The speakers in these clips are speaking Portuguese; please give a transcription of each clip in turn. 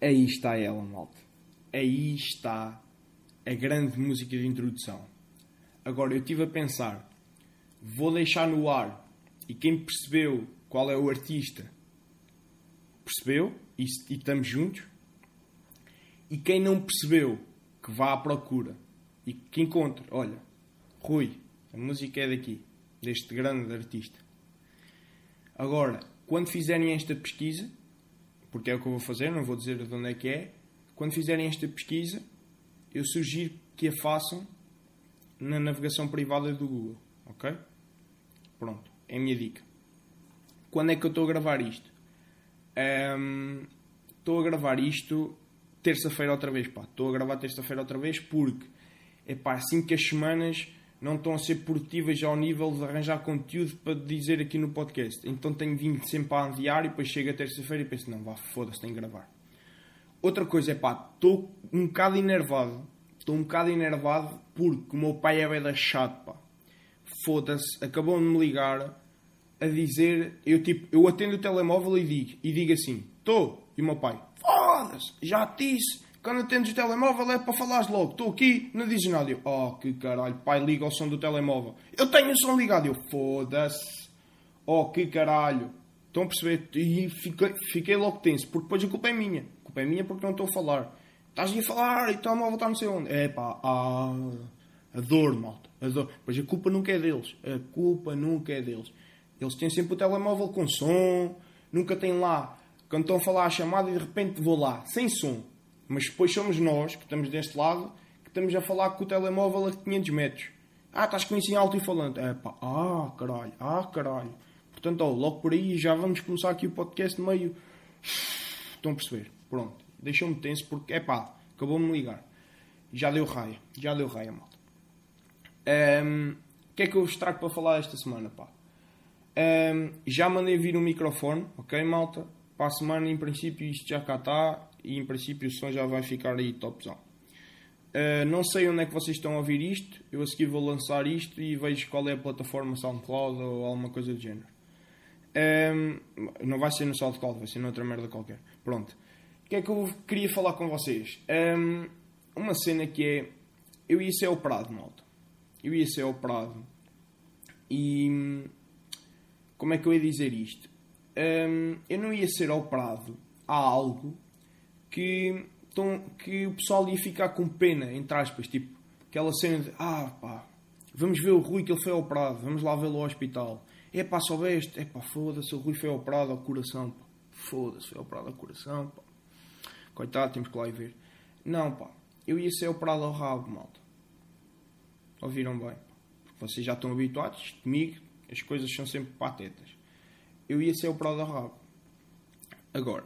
Aí está ela, malta. Aí está a grande música de introdução. Agora, eu estive a pensar, vou deixar no ar, e quem percebeu qual é o artista, percebeu, e estamos juntos. E quem não percebeu, que vá à procura, e que encontre, olha, Rui, a música é daqui, deste grande artista. Agora, quando fizerem esta pesquisa, porque é o que eu vou fazer, não vou dizer de onde é que é, quando fizerem esta pesquisa, eu sugiro que a façam na navegação privada do Google, ok? Pronto, é a minha dica. Quando é que eu estou a gravar isto? Estou a gravar isto terça-feira outra vez, pá. Estou a gravar terça-feira outra vez porque, assim que as semanas não estão a ser produtivas ao nível de arranjar conteúdo para dizer aqui no podcast. Então tenho vindo sempre a enviar e depois chega terça-feira e penso, não, vá, foda-se, tenho que gravar. Outra coisa estou um bocado enervado. Estou um bocado enervado porque o meu pai é bem da chato, pá. Foda-se, acabou de me ligar a dizer, eu atendo o telemóvel e digo assim, estou, e o meu pai, foda-se, já te disse, quando atendes o telemóvel é para falares logo, estou aqui, não dizes nada. Eu, que caralho, pai, liga o som do telemóvel. Eu tenho o som ligado. Eu, foda-se, que caralho. Estão a perceber? E fiquei logo tenso, porque depois a culpa é minha. A culpa é minha porque não estou a falar. Estás a falar e o telemóvel está não sei onde. Adoro, malta, adoro. Pois a culpa nunca é deles. A culpa nunca é deles. Eles têm sempre o telemóvel com som, nunca têm lá. Quando estão a falar a chamada e de repente vou lá, sem som. Mas depois somos nós, que estamos deste lado, que estamos a falar com o telemóvel a 500 metros. Estás com isso em alto e falante. Caralho. Portanto, logo por aí já vamos começar aqui o podcast meio... Estão a perceber? Pronto. Deixou-me tenso porque, acabou-me de ligar. Já deu raia, malta. O que é que eu vos trago para falar esta semana, pá? Já mandei vir um microfone, ok, malta? Para a semana, em princípio, isto já cá está e, em princípio, o som já vai ficar aí topzão. Não sei onde é que vocês estão a ouvir isto. Eu a seguir vou lançar isto e vejo qual é a plataforma SoundCloud ou alguma coisa do género. Não vai ser no SoundCloud, vai ser noutra merda qualquer. Pronto. O que é que eu queria falar com vocês? Uma cena que é... Eu ia ser operado, malta. E... Como é que eu ia dizer isto? Eu não ia ser operado a algo que o pessoal ia ficar com pena, entre aspas, tipo, aquela cena de, vamos ver o Rui que ele foi operado, vamos lá vê-lo ao hospital. Soubeste? Foda-se, o Rui foi operado ao coração, pá. Foda-se, foi operado ao coração, pá. Coitado, temos que lá ir ver. Não, pá, eu ia ser operado ao rabo, malta. Ouviram bem? Porque vocês já estão habituados, comigo, as coisas são sempre patetas. Eu ia ser operado ao rabo. Agora,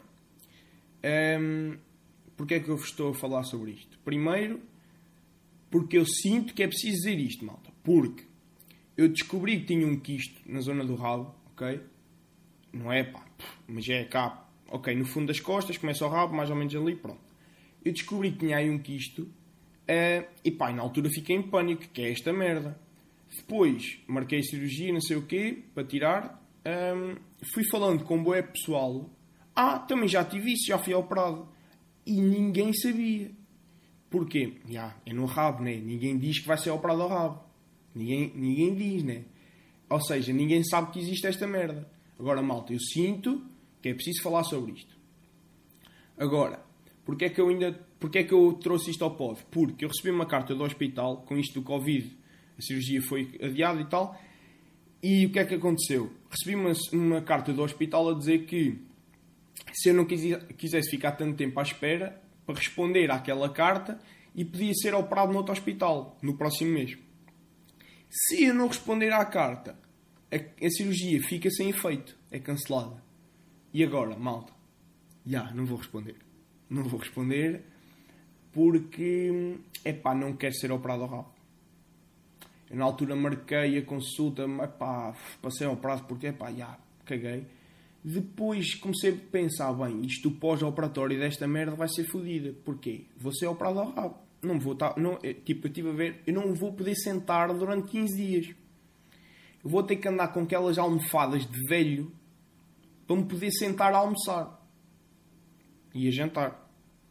porque é que eu vos estou a falar sobre isto? Primeiro, porque eu sinto que é preciso dizer isto, malta. Porque eu descobri que tinha um quisto na zona do rabo, ok? Não é, mas é cá. Ok, no fundo das costas, começa o rabo, mais ou menos ali, pronto. Eu descobri que tinha aí um quisto na altura fiquei em pânico, que é esta merda. Depois, marquei cirurgia, não sei o quê, para tirar. Fui falando com bué pessoal. Também já tive isso, já fui operado. E ninguém sabia. Porquê? É no rabo, né? Ninguém diz que vai ser operado ao rabo. Ninguém diz, né? Ou seja, ninguém sabe que existe esta merda. Agora, malta, eu sinto que é preciso falar sobre isto. Agora, porque é que eu trouxe isto ao pod? Porque eu recebi uma carta do hospital, com isto do Covid, a cirurgia foi adiada e tal, e o que é que aconteceu? Recebi uma carta do hospital a dizer que se eu não quisesse ficar tanto tempo à espera, para responder àquela carta, e podia ser operado noutro hospital, no próximo mês. Se eu não responder à carta, a cirurgia fica sem efeito, é cancelada. E agora, malta? Não vou responder. Não vou responder porque, não quero ser operado ao rabo. Eu na altura marquei a consulta, para ser operado porque, caguei. Depois comecei a pensar, isto pós-operatório desta merda vai ser fodida. Porquê? Vou ser operado ao rabo. Não vou estar... eu estive a ver, eu não vou poder sentar durante 15 dias. Eu vou ter que andar com aquelas almofadas de velho para me poder sentar a almoçar. E a jantar.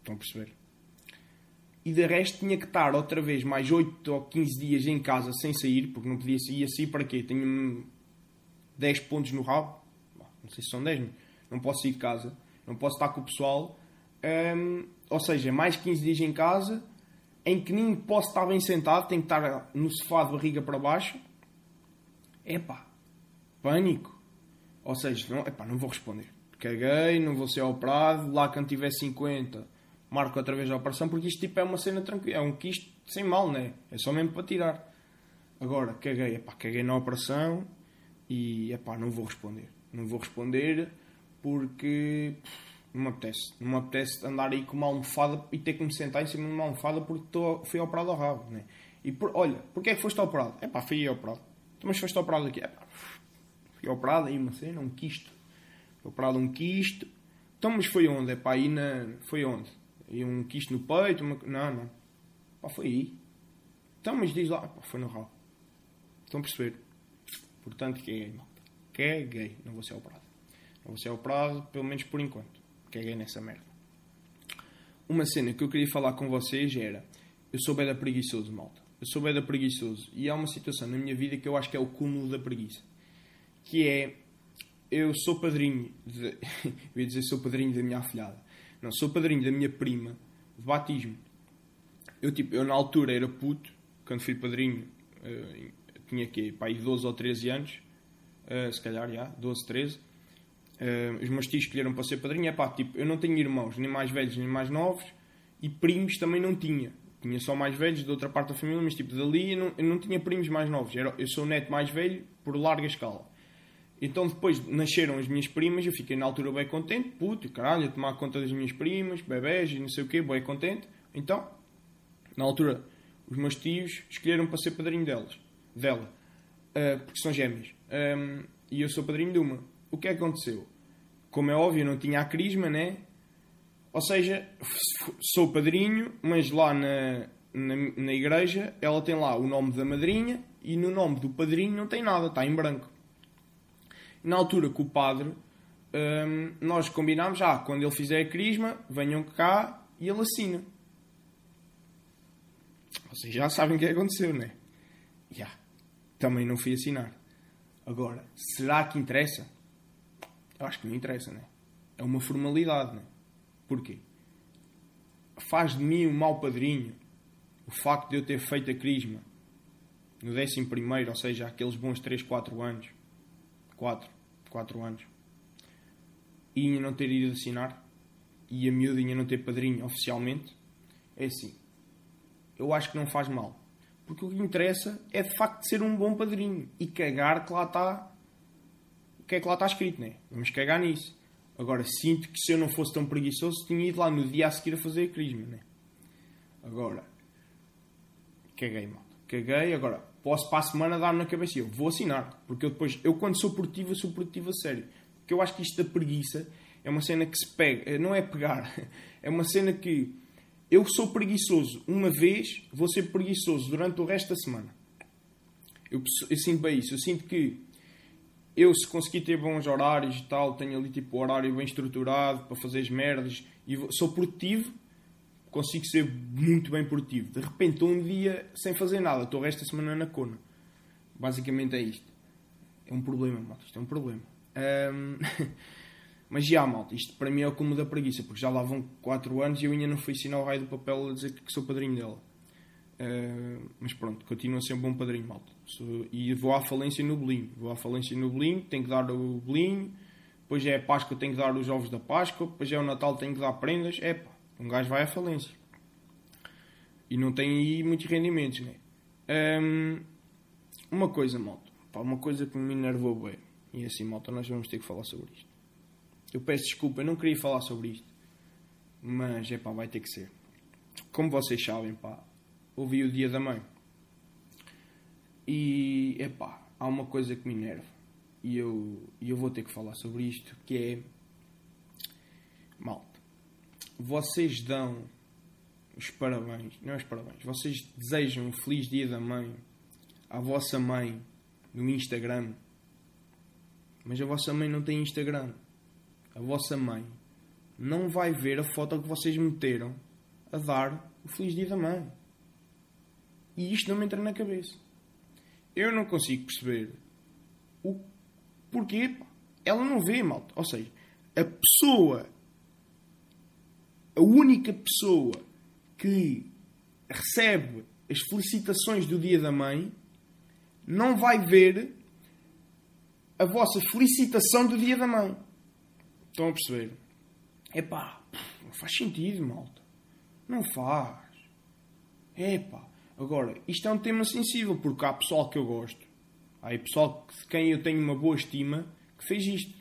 Estão a perceber? E de resto tinha que estar outra vez mais 8 ou 15 dias em casa sem sair, porque não podia sair assim para quê? Tenho 10 pontos no rabo, não sei se são 10, não posso sair de casa, não posso estar com o pessoal, ou seja, mais 15 dias em casa, em que nem posso estar bem sentado, tenho que estar no sofá de barriga para baixo. Pânico. Ou seja, não vou responder. Caguei, não vou ser operado, lá quando tiver 50, marco outra vez a operação, porque isto tipo é uma cena tranquila, é um quisto sem mal, né? É só mesmo para tirar. Agora, caguei na operação e, não vou responder. Não vou responder porque não me apetece. Não me apetece andar aí com uma almofada e ter que me sentar em cima de uma almofada porque fui operado ao rabo, né? E olha, porquê é que foste operado? Fui operado. Mas foste operado aqui? Fui operado aí uma cena, um quisto. Fui operado um quisto. Então, mas foi onde? Foi onde? E um quisto no peito? Não. Foi aí. Então, mas diz lá. Foi no rabo. Estão a perceber? Portanto, caguei, malta. Caguei. Não vou ser operado. Não vou ser operado, pelo menos por enquanto. Caguei nessa merda. Uma cena que eu queria falar com vocês era... Eu sou bem da preguiçoso, malta. Eu sou bem da preguiçoso. E há uma situação na minha vida que eu acho que é o cúmulo da preguiça. Que é... Eu sou padrinho de... eu ia dizer sou padrinho da minha afilhada. Não, sou padrinho da minha prima de batismo. Eu na altura era puto. Quando fui padrinho, tinha aqui, aí 12 ou 13 anos. Se calhar, 12, 13. Os meus tios escolheram para ser padrinho. Eu não tenho irmãos, nem mais velhos, nem mais novos. E primos também não tinha. Tinha só mais velhos de outra parte da família, mas dali eu não tinha primos mais novos. Eu sou o neto mais velho por larga escala. Então depois nasceram as minhas primas, eu fiquei na altura bem contente, puto, caralho, a tomar conta das minhas primas, bebés e não sei o quê, bem contente. Então, na altura, os meus tios escolheram para ser padrinho dela, porque são gêmeas. E eu sou padrinho de uma. O que é que aconteceu? Como é óbvio, eu não tinha a crisma, né? Ou seja, sou padrinho, mas lá na igreja ela tem lá o nome da madrinha e no nome do padrinho não tem nada, está em branco. Na altura com o padre, nós combinámos, quando ele fizer a crisma, venham cá e ele assina. Vocês já sabem o que aconteceu, não é? Também não fui assinar. Agora, será que interessa? Eu acho que não interessa, não é? É uma formalidade, não é? Porquê? Faz de mim um mau padrinho o facto de eu ter feito a crisma no 11º, ou seja, aqueles bons 3, 4 anos. 4 anos. E ainda não ter ido assinar. E a miúda ainda não ter padrinho oficialmente. É assim. Eu acho que não faz mal. Porque o que interessa é de facto ser um bom padrinho. E cagar que lá está... O que é que lá está escrito, né? Vamos cagar nisso. Agora, sinto que se eu não fosse tão preguiçoso, tinha ido lá no dia a seguir a fazer a crisma, né? Agora, caguei, malta. Caguei, agora, posso para a semana dar-me na cabeça. Eu vou assinar. Porque eu quando sou produtivo, eu sou produtivo a sério. Porque eu acho que isto da preguiça é uma cena que se pega. Não é pegar. É uma cena que eu sou preguiçoso uma vez, vou ser preguiçoso durante o resto da semana. Eu sinto bem isso. Eu sinto que se conseguir ter bons horários e tal, tenho ali tipo o horário bem estruturado para fazer as merdas e sou produtivo, consigo ser muito bem produtivo. De repente estou um dia sem fazer nada, estou o resto da semana na cona. Basicamente é isto. É um problema, malta. Isto é um problema. Mas malta, isto para mim é o cúmulo da preguiça, porque já lá vão 4 anos e eu ainda não fui assinar o raio do papel a dizer que sou padrinho dela. Mas pronto, continuo a ser um bom padrinho, malta. E vou à falência no bolinho. Tenho que dar o bolinho. Depois é a Páscoa, tenho que dar os ovos da Páscoa. Depois é o Natal, tenho que dar prendas. Um gajo vai à falência. E não tem aí muitos rendimentos, né? Uma coisa, malta. Uma coisa que me enervou bem. E assim, malta, nós vamos ter que falar sobre isto. Eu peço desculpa, eu não queria falar sobre isto. Mas, vai ter que ser. Como vocês sabem, ouvi o Dia da Mãe. E, há uma coisa que me enerva. E eu vou ter que falar sobre isto, que é... Malta, vocês dão os parabéns, não é os parabéns, vocês desejam um feliz Dia da Mãe à vossa mãe no Instagram. Mas a vossa mãe não tem Instagram. A vossa mãe não vai ver a foto que vocês meteram a dar o Feliz Dia da Mãe. E isto não me entra na cabeça. Eu não consigo perceber o porquê. Pá. Ela não vê, malta. Ou seja, a única pessoa que recebe as felicitações do Dia da Mãe não vai ver a vossa felicitação do Dia da Mãe. Estão a perceber? Epá, não faz sentido, malta. Não faz. Epá. Agora, isto é um tema sensível, porque há pessoal que eu gosto. Há pessoal de quem eu tenho uma boa estima que fez isto.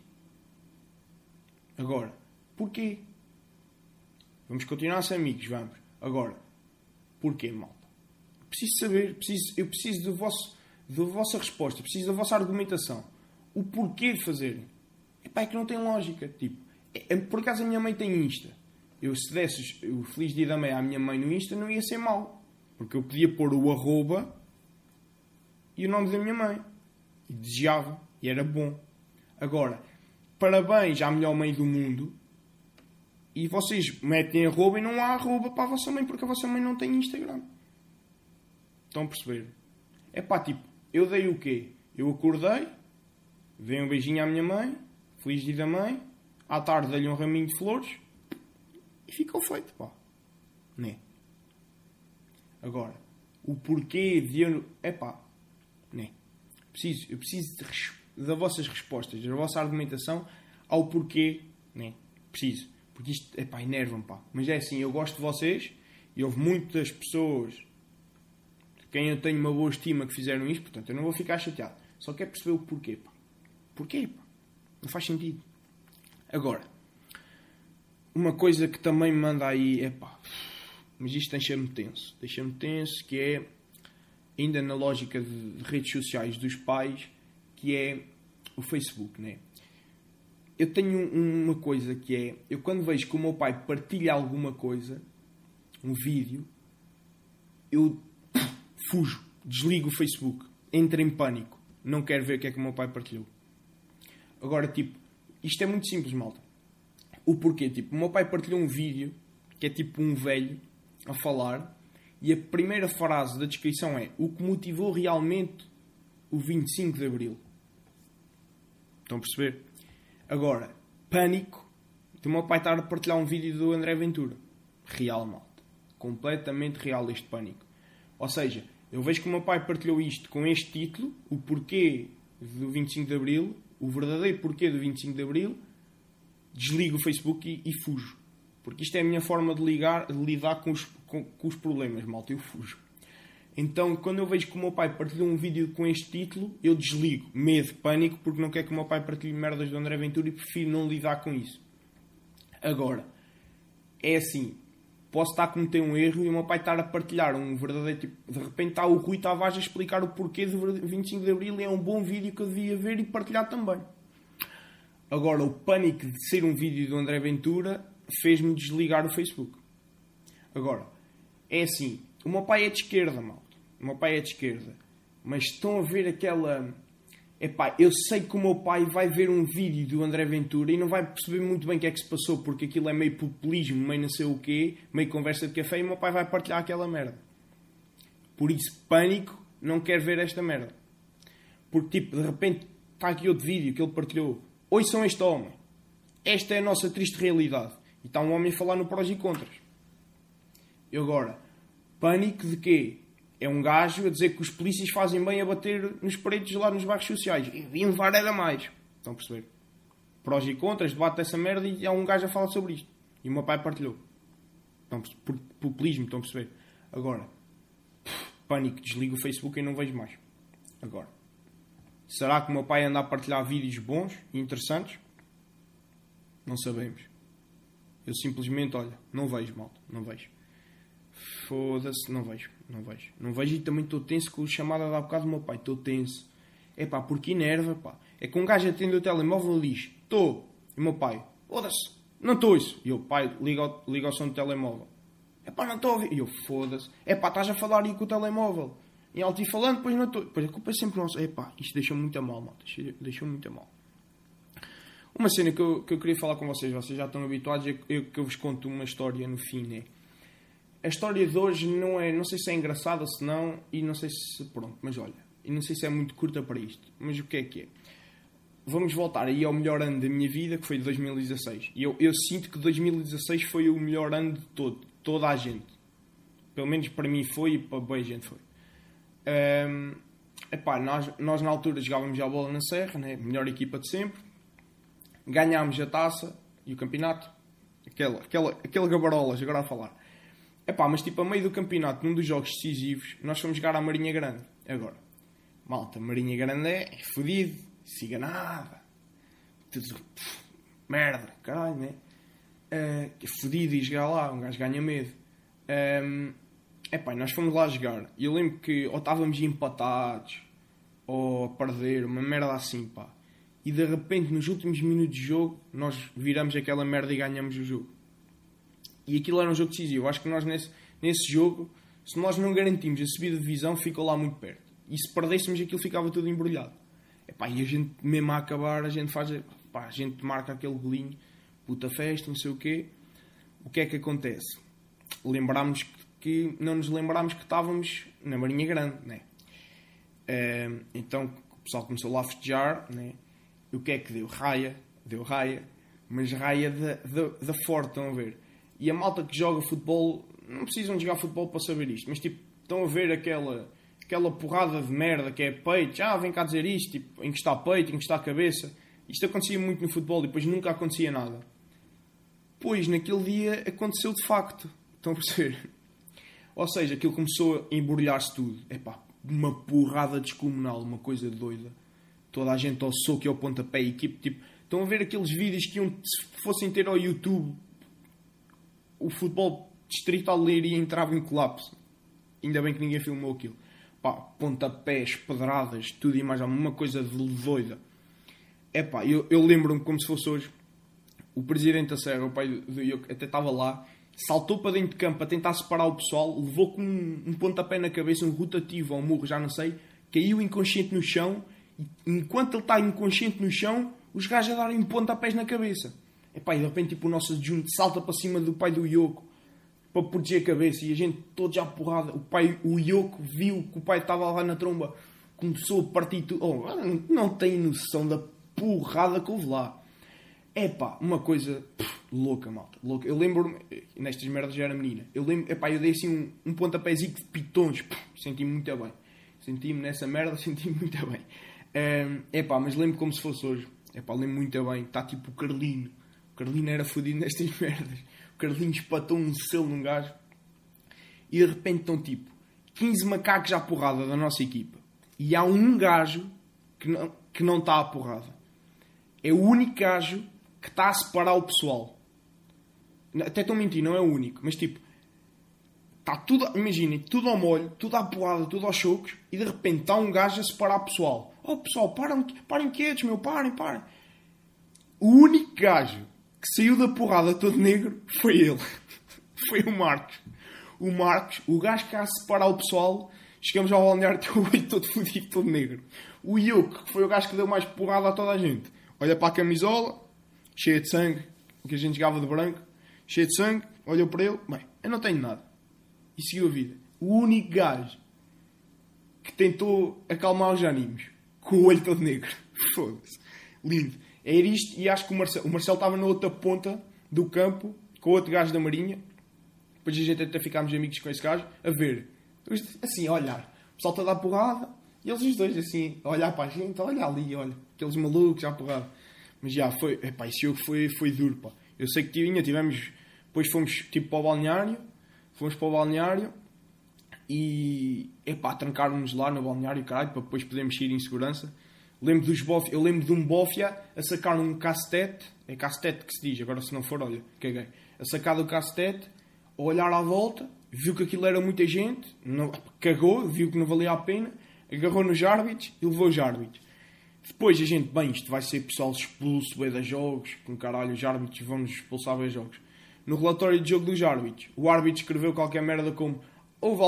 Agora, porquê? Vamos continuar a ser amigos, vamos. Agora, porquê, malta? Preciso saber, eu preciso da vossa resposta, preciso da vossa argumentação. O porquê de fazerem. Epá, é que não tem lógica. Tipo, por acaso a minha mãe tem Insta. Eu, se desse o Feliz Dia da Mãe à minha mãe no Insta, não ia ser mau. Porque eu podia pôr o arroba e o nome da minha mãe. E desejava. E era bom. Agora, parabéns à melhor mãe do mundo. E vocês metem arroba e não há arroba para a vossa mãe, porque a vossa mãe não tem Instagram. Estão a perceber? É pá, tipo, eu dei o quê? Eu acordei, dei um beijinho à minha mãe, Feliz Dia da Mãe, à tarde dei-lhe um raminho de flores e ficou feito, pá. Né? Agora, o porquê de eu... Epá, né? Eu preciso das vossas respostas, da vossa argumentação ao porquê, né? Preciso. Porque isto, epá, enerva-me, pá. Mas é assim, eu gosto de vocês e houve muitas pessoas de quem eu tenho uma boa estima que fizeram isto, portanto eu não vou ficar chateado. Só quero perceber o porquê, pá. Porquê, pá? Não faz sentido. Agora, uma coisa que também me manda aí é, pá, mas isto deixa-me tenso. Deixa-me tenso, que é, ainda na lógica de redes sociais dos pais, que é o Facebook, né? Eu tenho uma coisa que é... Eu quando vejo que o meu pai partilha alguma coisa, um vídeo, eu fujo, desligo o Facebook, entro em pânico. Não quero ver o que é que o meu pai partilhou. Agora, tipo, isto é muito simples, malta. O porquê? Tipo, o meu pai partilhou um vídeo que é tipo um velho a falar e a primeira frase da descrição é: o que motivou realmente o 25 de Abril. Estão a perceber? Agora, pânico do meu pai estar a partilhar um vídeo do André Ventura. Real, malta. Completamente real este pânico. Ou seja, eu vejo que o meu pai partilhou isto com este título, o porquê do 25 de Abril, o verdadeiro porquê do 25 de Abril, desligo o Facebook e fujo. Porque isto é a minha forma de lidar com os problemas, malta. Eu fujo. Então, quando eu vejo que o meu pai partilhou um vídeo com este título, eu desligo. Medo, pânico, porque não quero que o meu pai partilhe merdas do André Ventura e prefiro não lidar com isso. Agora, é assim, posso estar a cometer um erro e o meu pai estar a partilhar um verdadeiro... Tipo, de repente está o Rui Tavares a explicar o porquê do 25 de Abril e é um bom vídeo que eu devia ver e partilhar também. Agora, o pânico de ser um vídeo do André Ventura fez-me desligar o Facebook. Agora, é assim, o meu pai é de esquerda, malta. O meu pai é de esquerda. Mas estão a ver aquela... Epá, eu sei que o meu pai vai ver um vídeo do André Ventura e não vai perceber muito bem o que é que se passou, porque aquilo é meio populismo, meio não sei o quê, meio conversa de café, e o meu pai vai partilhar aquela merda. Por isso, pânico, não quero ver esta merda. Porque, tipo, de repente, está aqui outro vídeo que ele partilhou. Ouçam este homem. Esta é a nossa triste realidade. E está um homem a falar no prós e contras. E agora, pânico de quê? É um gajo a dizer que os polícias fazem bem a bater nos pretos lá nos bairros sociais. E deviam levar era mais. Estão a perceber? Prós e contras, debate dessa merda e há um gajo a falar sobre isto. E o meu pai partilhou. Por populismo, estão a perceber? Agora, pânico, desligo o Facebook e não vejo mais. Agora, será que o meu pai anda a partilhar vídeos bons e interessantes? Não sabemos. Eu simplesmente, olha, não vejo, malta, não vejo. Foda-se, não vejo. Não vejo e também estou tenso com a chamada de há bocado do meu pai. Estou tenso. É pá, porque enerva, pá. É que um gajo atende o telemóvel e diz: estou. E o meu pai: foda-se, não estou isso. E o pai liga ao som do telemóvel: é pá, não estou a ouvir. E eu: foda-se. É pá, estás a falar aí com o telemóvel. Em alto-falante, depois não estou. Depois a culpa é sempre nossa. É pá, isto deixou-me muito a mal, malta. Deixou-me muito a mal. Uma cena que eu queria falar com vocês já estão habituados, é que eu vos conto uma história no fim, né? A história de hoje não sei se é engraçada, se não, e não sei se, pronto, mas olha, e não sei se é muito curta para isto, mas o que é? Vamos voltar aí ao melhor ano da minha vida, que foi de 2016. E eu sinto que 2016 foi o melhor ano de toda a gente. Pelo menos para mim foi e para boa gente foi. Nós na altura jogávamos a bola na Serra, né? Melhor equipa de sempre. Ganhámos a taça e o campeonato. Aquele gabarolas, agora a falar. Mas tipo, a meio do campeonato, num dos jogos decisivos, nós fomos jogar à Marinha Grande. Agora, malta, Marinha Grande é fodido, siga nada. Tudo, merda, caralho, né? É fodido ir jogar lá, um gajo ganha medo. Nós fomos lá jogar. E eu lembro que ou estávamos empatados, ou a perder, uma merda assim, pá. E de repente, nos últimos minutos de jogo, nós viramos aquela merda e ganhamos o jogo. E aquilo era um jogo decisivo. Eu acho que nós nesse jogo, se nós não garantimos a subida de divisão, ficou lá muito perto. E se perdêssemos, aquilo ficava tudo embrulhado. E a gente, mesmo a acabar, a gente marca aquele golinho, puta festa, não sei o quê. O que é que acontece? Não nos lembrámos que estávamos na Marinha Grande, né? Então o pessoal começou lá a festejar, né? E o que é que deu? Deu raia, mas raia da forte, estão a ver? E a malta que joga futebol, não precisam de jogar futebol para saber isto, mas tipo, estão a ver aquela porrada de merda que é peito, vem cá dizer isto, tipo, encostar peito, encostar a cabeça. Isto acontecia muito no futebol e depois nunca acontecia nada. Pois naquele dia aconteceu de facto, estão a perceber? Ou seja, aquilo começou a embrulhar-se tudo. Uma porrada descomunal, uma coisa doida. Toda a gente ao soco e ao pontapé, a equipe, tipo, estão a ver aqueles vídeos que se fossem ter ao YouTube, o futebol distrital de Leiria entrava em colapso. Ainda bem que ninguém filmou aquilo. Pontapés, pedradas, tudo e mais alguma coisa de doida. Eu lembro-me como se fosse hoje. O presidente da Serra, o pai do Ioco, até estava lá, saltou para dentro de campo a tentar separar o pessoal, levou com um pontapé na cabeça, um rotativo ou um murro, já não sei, caiu inconsciente no chão, e enquanto ele está inconsciente no chão, os gajos a darem pontapés na cabeça. E de repente tipo, o nosso adjunto salta para cima do pai do Ioco para proteger a cabeça, e a gente todos à porrada. O Ioco viu que o pai estava lá na tromba, começou a partir tudo. Não tem noção da porrada que houve lá. Uma coisa louca, malta. Louca. Eu lembro-me, nestas merdas já era menina. Eu dei assim um pontapézinho de pitons. Senti-me muito bem. Senti-me nessa merda, senti-me muito bem. Mas lembro como se fosse hoje. Lembro muito bem. Está tipo o Carlino. O Carlino era fodido nestas merdas. O Carlino espatou um selo num gajo. E de repente estão tipo 15 macacos à porrada da nossa equipa. E há um gajo que não está à porrada. É o único gajo que está a separar o pessoal. Até estou a mentir, não é o único. Mas tipo, está tudo, imaginem, tudo ao molho, tudo à porrada, tudo aos chocos. E de repente está um gajo a separar o pessoal. Pessoal, parem quietos, meu, parem. O único gajo que saiu da porrada todo negro foi ele. Foi o Marcos. O gajo que está a separar o pessoal. Chegamos ao balneário, tem o olho todo fodido, todo negro. O Ioco, que foi o gajo que deu mais porrada a toda a gente. Olha para a camisola, cheia de sangue, o que a gente jogava de branco, cheia de sangue, olhou para ele, bem, eu não tenho nada. E seguiu a vida. O único gajo que tentou acalmar os ânimos, com o olho todo negro. Foda-se. Lindo. Era isto, e acho que o Marcelo estava na outra ponta do campo, com o outro gajo da Marinha. Depois a gente até ficámos amigos com esse gajo, a ver. Assim, a olhar. O pessoal está a dar porrada, e eles os dois assim, a olhar para a gente, olha ali, olha. Aqueles malucos, à porrada. Mas já, foi... esse jogo foi duro, pá. Eu sei que tivemos... Depois fomos, tipo, para o balneário. Fomos para o balneário. E... trancaram-nos lá no balneário, caralho, para depois podermos ir em segurança. Eu lembro de um bófia a sacar um cacetete. É cacetete que se diz, agora se não for, olha, caguei. A sacar do cacetete, a olhar à volta, viu que aquilo era muita gente, cagou, viu que não valia a pena, agarrou nos árbitros e levou os árbitros. Depois a gente, isto vai ser pessoal expulso, bué de jogos, com caralho, os árbitros vão-nos expulsar bué de jogos. No relatório de jogo dos árbitros, o árbitro escreveu qualquer merda como houve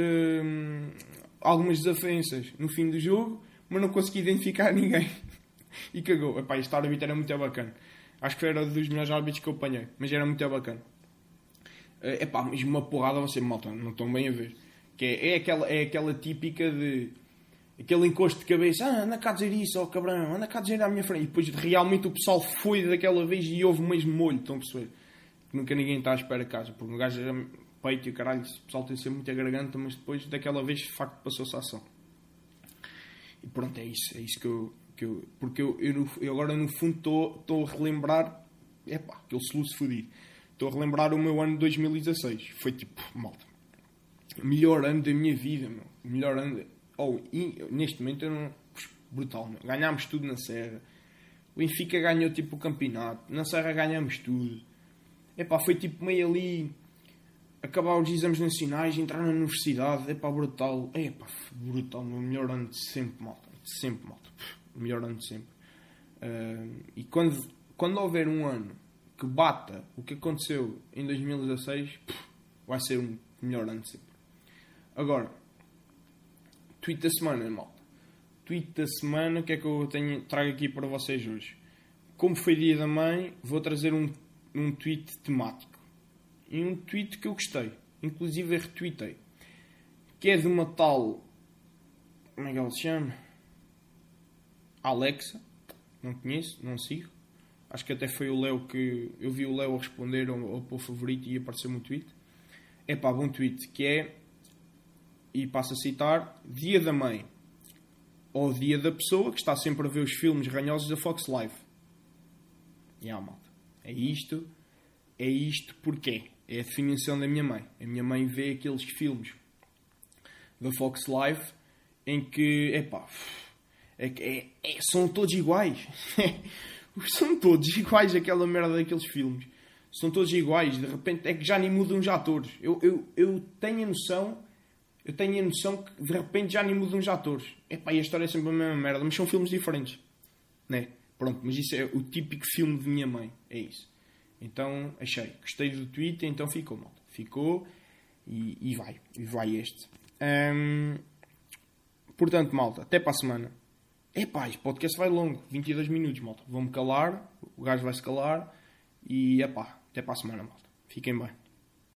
algumas desavenças no fim do jogo, mas não consegui identificar ninguém. E cagou. Epá, este árbitro era muito bacana. Acho que era dos melhores árbitros que eu apanhei. Mas era muito bacana. Epá, mas uma porrada você, malta, não estão bem a ver. Que é aquela típica de... Aquele encosto de cabeça. Anda cá a dizer isso, ó cabrão. Anda cá a dizer à minha frente. E depois realmente o pessoal foi daquela vez e houve o mesmo molho. Estão a perceber? Nunca ninguém está à espera casa. Porque o gajo era peito e o caralho. O pessoal tem de ser muito a garganta. Mas depois daquela vez, de facto, passou-se a ação. E pronto, é isso. É isso que eu porque eu agora no fundo estou a relembrar. Epá, aquele soluço fodido. Estou a relembrar o meu ano de 2016. Foi tipo, malta. Melhor ano da minha vida, meu. Melhor ano. Neste momento eu não. Brutal, meu. Ganhámos tudo na Serra. O Benfica ganhou tipo o campeonato. Na Serra ganhámos tudo. Epá, foi tipo meio ali. Acabar os exames nacionais, entrar na universidade. Epá, brutal. Epá, brutal, meu. Melhor ano de sempre, malta. De sempre, malta. Melhor ano de sempre. E quando houver um ano que bata o que aconteceu em 2016, vai ser o melhor ano de sempre. Agora, tweet da semana, malta. Tweet da semana, o que é que eu trago aqui para vocês hoje? Como foi dia da mãe, vou trazer um tweet temático. E um tweet que eu gostei. Inclusive retuitei. Que é de uma tal... Como é que ela se chama? Alexa. Não conheço, não sigo. Acho que até foi o Léo que... Eu vi o Léo a responder ao pôr favorito e apareceu-me um tweet. É pá, bom tweet. Que é... E passo a citar... Dia da mãe. Ou dia da pessoa que está sempre a ver os filmes ranhosos da Fox Live. E malta. É isto porque é a definição da minha mãe. A minha mãe vê aqueles filmes da Fox Live em que... Epá... são todos iguais. São todos iguais aquela merda daqueles filmes. São todos iguais. De repente é que já nem mudam os atores. Eu tenho a noção que de repente já nem mudam os atores. Epá, e a história é sempre a mesma merda. Mas são filmes diferentes. Né? Pronto, mas isso é o típico filme de minha mãe. É isso. Então, achei. Gostei do tweet, então ficou, malta. Ficou e vai. E vai este. Portanto, malta, até para a semana. Epá, este podcast vai longo. 22 minutos, malta. Vou-me calar. O gajo vai se calar. E, epá, até para a semana, malta. Fiquem bem.